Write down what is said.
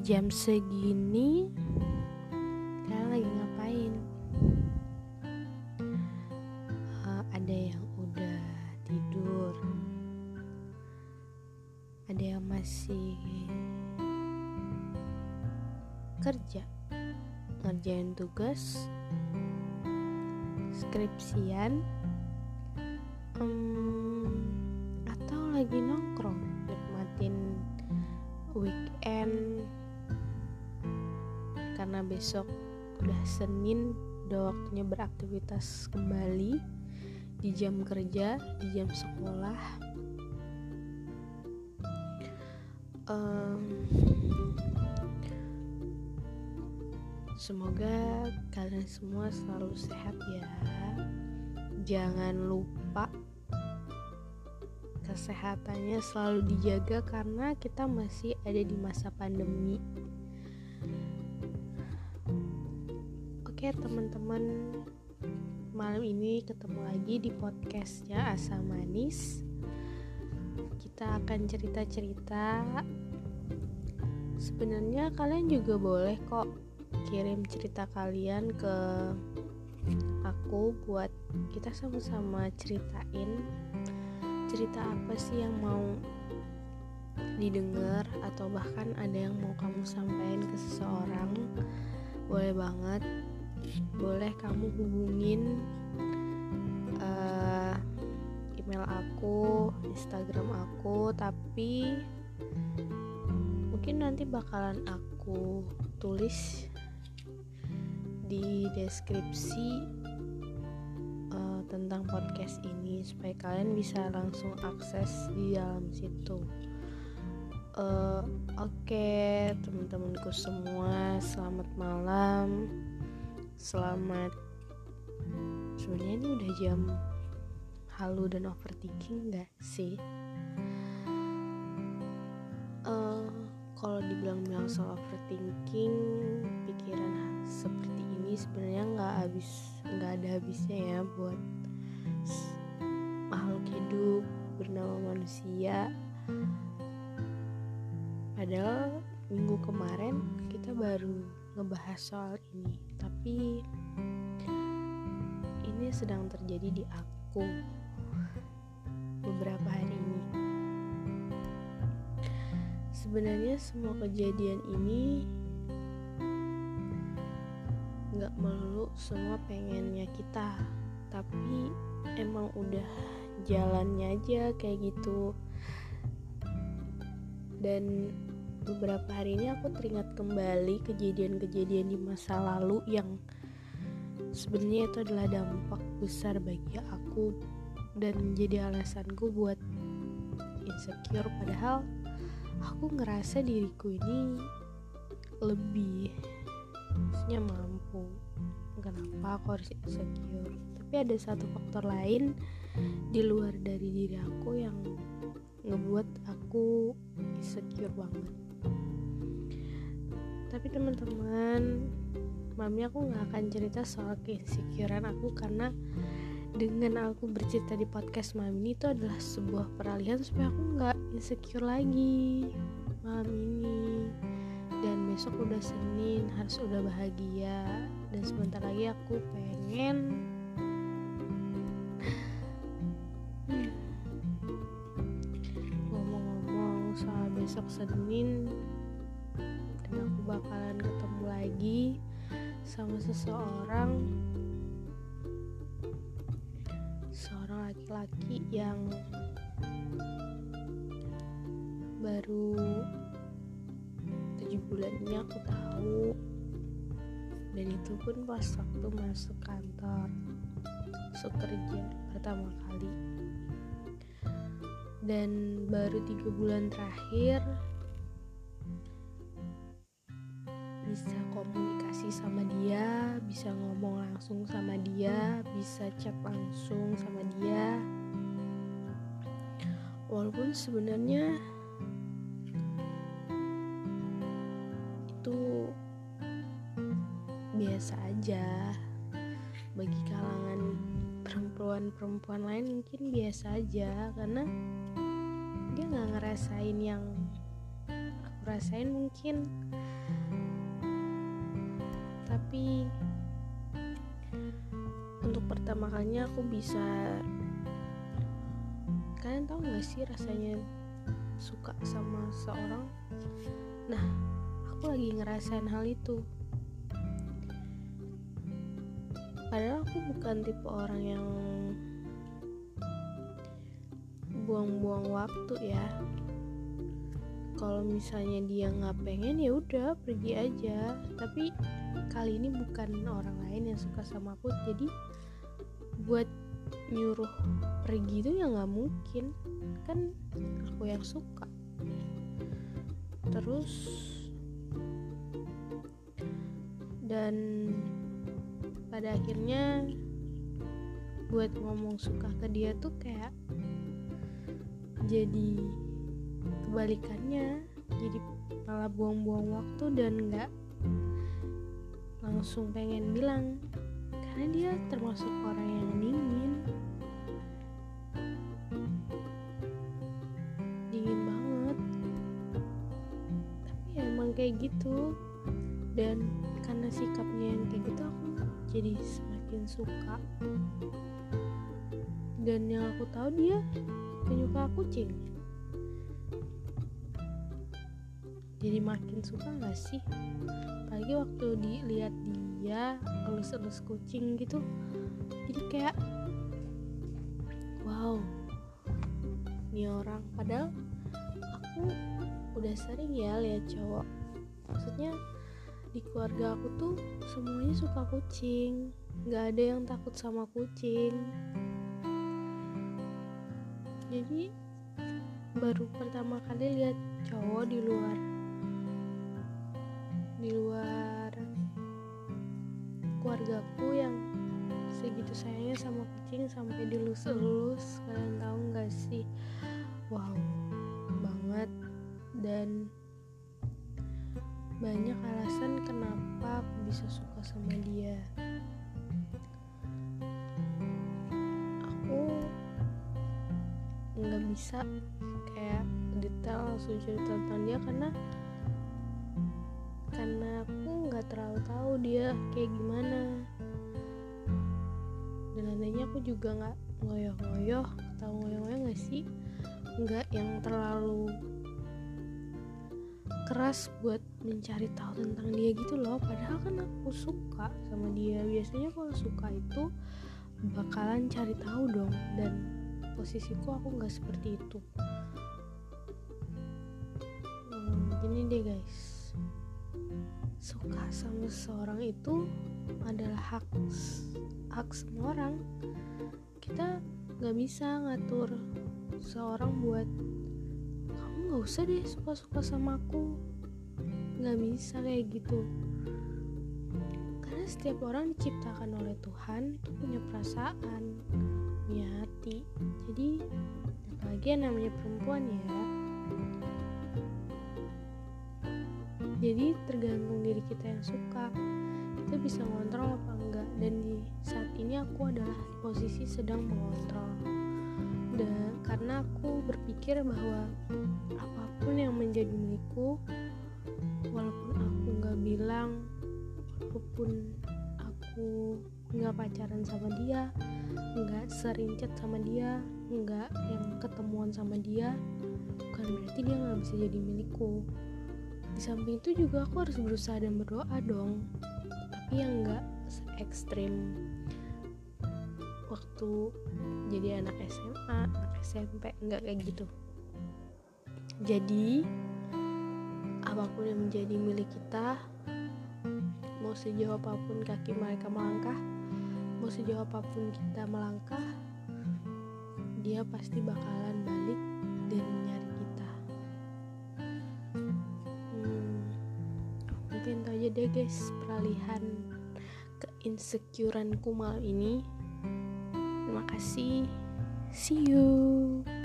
jam segini kalian lagi ngapain? Ada yang udah tidur, ada yang masih kerja, ngerjain tugas, skripsian, atau lagi nongkrong nikmatin weekend karena besok udah Senin, udah waktunya beraktivitas kembali di jam kerja, di jam sekolah. Semoga kalian semua selalu sehat ya. Jangan lupa kesehatannya selalu dijaga karena kita masih ada di masa pandemi. Oke teman-teman, malam ini ketemu lagi di podcastnya Asam Manis. Kita akan cerita-cerita. Sebenarnya kalian juga boleh kok kirim cerita kalian ke aku buat kita sama-sama ceritain cerita apa sih yang mau didengar, atau bahkan ada yang mau kamu sampaikan ke seseorang. Boleh banget, boleh kamu hubungin email aku, Instagram aku, tapi mungkin nanti bakalan aku tulis di deskripsi tentang podcast ini supaya kalian bisa langsung akses di dalam situ. Oke, teman-temanku semua, selamat malam. Sebenarnya ini udah jam halu dan overthinking gak sih? Kalau dibilang soal overthinking, pikiran seperti ini sebenarnya nggak ada habisnya ya buat makhluk hidup bernama manusia. Padahal minggu kemarin kita baru ngebahas soal ini, tapi ini sedang terjadi di aku beberapa hari ini. Sebenarnya semua kejadian ini gak melulu semua pengennya kita, tapi emang udah jalannya aja kayak gitu. Dan beberapa hari ini aku teringat kembali kejadian-kejadian di masa lalu yang sebenarnya itu adalah dampak besar bagi aku dan menjadi alasanku buat insecure, padahal aku ngerasa diriku ini lebih, maksudnya mampu. Kenapa aku harus insecure? Tapi ada satu faktor lain di luar dari diri aku yang ngebuat aku insecure banget. Tapi teman-teman, malamnya aku gak akan cerita soal keinsecurean aku, karena dengan aku bercerita di podcast malam ini itu adalah sebuah peralihan supaya aku gak insecure lagi malam ini. Dan besok udah Senin, harus udah bahagia. Dan sebentar lagi aku pengen ngomong-ngomong soal besok Senin, dan aku bakalan ketemu lagi sama seorang laki-laki yang baru 7 bulan ini aku tahu, dan itu pun pas waktu masuk kantor, masuk kerja pertama kali. Dan baru 3 bulan terakhir bisa komunikasi sama dia, bisa ngomong langsung sama dia, bisa chat langsung sama dia. Walaupun sebenarnya itu biasa aja bagi kalangan perempuan lain, mungkin biasa aja karena dia nggak ngerasain yang aku rasain. Mungkin Tapi untuk pertama kalinya aku bisa, kalian tahu gak sih rasanya suka sama seorang? Nah, aku lagi ngerasain hal itu. Padahal aku bukan tipe orang yang buang-buang waktu ya. Kalau misalnya dia nggak pengen ya udah pergi aja. Tapi kali ini bukan orang lain yang suka sama aku, jadi buat nyuruh pergi itu ya nggak mungkin, kan aku yang suka. Terus dan pada akhirnya buat ngomong suka ke dia tuh kayak jadi kebalikannya, jadi malah buang-buang waktu dan nggak langsung pengen bilang, karena dia termasuk orang yang dingin banget. Tapi ya emang kayak gitu, dan karena sikapnya yang kayak gitu aku jadi semakin suka. Dan yang aku tahu dia penyuka kucing, jadi makin suka gak sih? Apalagi waktu dilihat dia elus-elus kucing gitu, jadi kayak wow, ini orang. Padahal aku udah sering ya lihat cowok, maksudnya di keluarga aku tuh semuanya suka kucing, gak ada yang takut sama kucing. Jadi baru pertama kali lihat cowok di luar keluargaku yang segitu sayangnya sama kucing sampai dilus-elus. Kalian tahu gak sih? Wow banget. Dan banyak alasan kenapa aku bisa suka sama dia. Aku nggak bisa kayak detail langsung cerita tentang dia karena aku nggak terlalu tahu dia kayak gimana, dan adanya aku juga nggak ngoyoh-ngoyoh. Tahu ngoyoh-ngoyoh nggak sih? Nggak yang terlalu keras buat mencari tahu tentang dia gitu loh. Padahal kan aku suka sama dia. Biasanya kalau suka itu bakalan cari tahu dong, dan posisiku aku nggak seperti itu. Gini deh guys, suka sama seseorang itu adalah hak semua orang. Kita nggak bisa ngatur seorang buat kamu nggak usah deh suka-suka sama aku, nggak bisa kayak gitu. Karena setiap orang diciptakan oleh Tuhan itu punya perasaan, punya hati. Jadi apalagi yang namanya perempuan ya, jadi tergantung diri kita yang suka, kita bisa ngontrol apa enggak. Dan di saat ini aku adalah di posisi sedang mengontrol. Dan karena aku berpikir bahwa apapun yang menjadi milikku, walaupun aku gak bilang, walaupun aku gak pacaran sama dia, gak sering chat sama dia, gak yang ketemuan sama dia, bukan berarti dia gak bisa jadi milikku. Di samping itu juga aku harus berusaha dan berdoa dong, tapi yang gak se-ekstrim waktu jadi anak SMA, anak SMP, gak kayak gitu. Jadi apapun yang menjadi milik kita, mau sejauh apapun kaki mereka melangkah, mau sejauh apapun kita melangkah, dia pasti bakalan balik dan nyari kita. Mungkin itu aja deh guys peralihan keinsecureanku malam ini. Terima kasih. See you.